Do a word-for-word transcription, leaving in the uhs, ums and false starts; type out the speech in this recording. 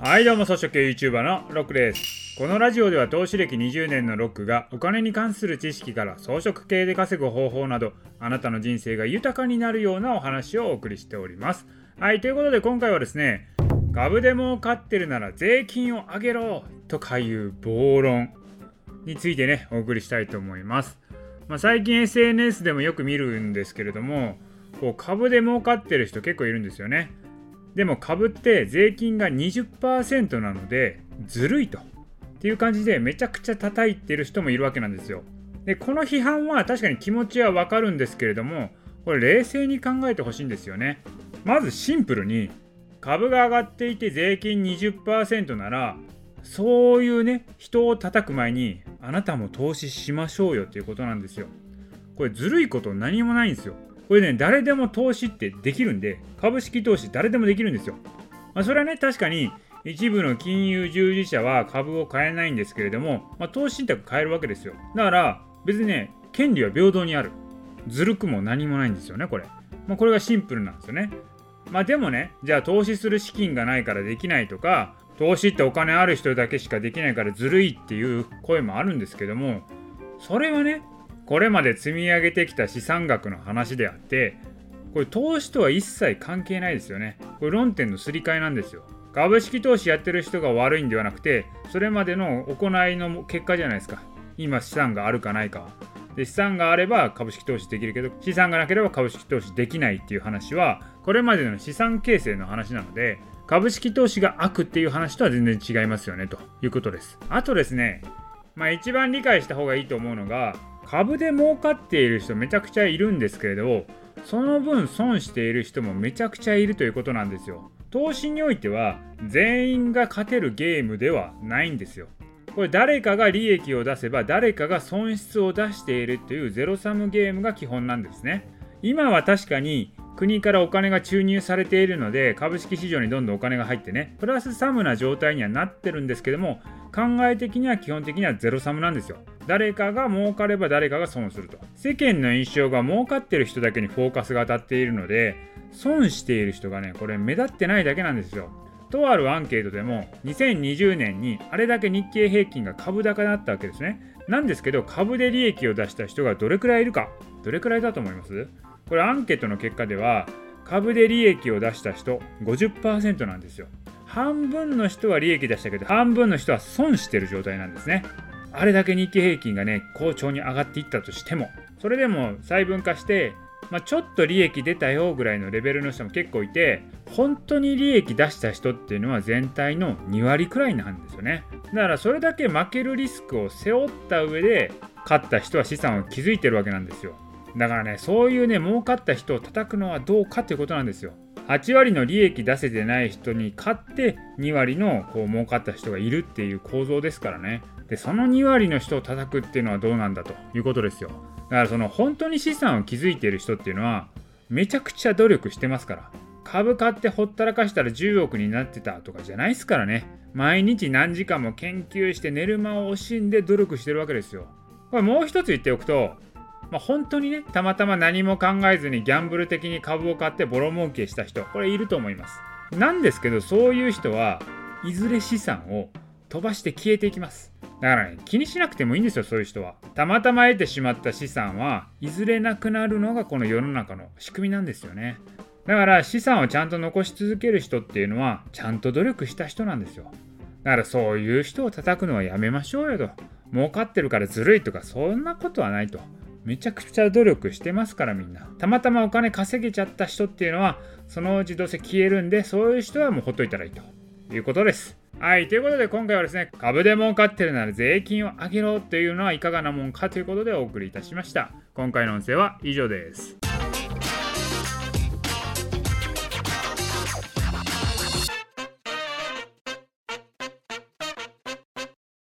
はいどうも、草食系 YouTuber のロックです。このラジオでは投資歴にじゅうねんのロックがお金に関する知識から草食系で稼ぐ方法など、あなたの人生が豊かになるようなお話をお送りしております。はい、ということで今回はですね、株で儲かってるなら税金を上げろとかいう暴論についてね、お送りしたいと思います。まあ、最近 エスエヌエス でもよく見るんですけれども、こう株で儲かってる人結構いるんですよね。でも株って税金が にじゅっパーセント なのでずるいとっていう感じでめちゃくちゃ叩いてる人もいるわけなんですよ。でこの批判は確かに気持ちはわかるんですけれども、これ冷静に考えてほしいんですよね。まずシンプルに株が上がっていて税金 にじゅっパーセント なら、そういうね人を叩く前にあなたも投資しましょうよっていうことなんですよ。これずるいこと何もないんですよ。これね、誰でも投資ってできるんで、株式投資誰でもできるんですよ。まあ、それはね、確かに一部の金融従事者は株を買えないんですけれども、まあ、投資信託買えるわけですよ。だから別にね、権利は平等にある。ずるくも何もないんですよね、これ。まあ、これがシンプルなんですよね。まあでもね、じゃあ投資する資金がないからできないとか、投資ってお金ある人だけしかできないからずるいっていう声もあるんですけども、それはね、これまで積み上げてきた資産額の話であって、これ投資とは一切関係ないですよね。これ論点のすり替えなんですよ。株式投資やってる人が悪いんではなくて、それまでの行いの結果じゃないですか。今資産があるかないかは。で資産があれば株式投資できるけど、資産がなければ株式投資できないっていう話は、これまでの資産形成の話なので、株式投資が悪っていう話とは全然違いますよねということです。あとですね、まあ一番理解した方がいいと思うのが、株で儲かっている人めちゃくちゃいるんですけれど、その分損している人もめちゃくちゃいるということなんですよ。投資においては全員が勝てるゲームではないんですよ。これ誰かが利益を出せば誰かが損失を出しているというゼロサムゲームが基本なんですね。今は確かに国からお金が注入されているので、株式市場にどんどんお金が入ってね、プラスサムな状態にはなってるんですけども、考え的には基本的にはゼロサムなんですよ。誰かが儲かれば誰かが損すると。世間の印象が儲かってる人だけにフォーカスが当たっているので、損している人がね、これ目立ってないだけなんですよ。とあるアンケートでもにせんにじゅうねんにあれだけ日経平均が株高になったわけですね。なんですけど、株で利益を出した人がどれくらいいるか、どれくらいだと思います？これアンケートの結果では、株で利益を出した人 ごじゅっパーセント なんですよ。半分の人は利益出したけど、半分の人は損してる状態なんですね。あれだけ日経平均がね、好調に上がっていったとしても、それでも細分化して、まあ、ちょっと利益出たよぐらいのレベルの人も結構いて、本当に利益出した人っていうのは全体のにわりくらいなんですよね。だからそれだけ負けるリスクを背負った上で、勝った人は資産を築いてるわけなんですよ。だからね、そういうね、儲かった人を叩くのはどうかっていうことなんですよ。はちわりの利益出せてない人に勝ってにわりのこう儲かった人がいるっていう構造ですからね。で、そのにわりの人を叩くっていうのはどうなんだということですよ。だからその本当に資産を築いている人っていうのはめちゃくちゃ努力してますから。株買ってほったらかしたらじゅうおくになってたとかじゃないですからね。毎日何時間も研究して寝る間を惜しんで努力してるわけですよ。これもう一つ言っておくと、まあ、本当にね、たまたま何も考えずにギャンブル的に株を買ってボロ儲けした人、これいると思います。なんですけど、そういう人はいずれ資産を飛ばして消えていきます。だからね、気にしなくてもいいんですよ、そういう人は。たまたま得てしまった資産はいずれなくなるのがこの世の中の仕組みなんですよね。だから資産をちゃんと残し続ける人っていうのはちゃんと努力した人なんですよ。だからそういう人を叩くのはやめましょうよと。儲かってるからずるいとかそんなことはないと。めちゃくちゃ努力してますからみんな。たまたまお金稼げちゃった人っていうのはそのうちどうせ消えるんで、そういう人はもうほっといたらいいということです。はい、ということで今回はですね、株で儲かってるなら税金を上げろというのはいかがなもんかということでお送りいたしました。今回の音声は以上です。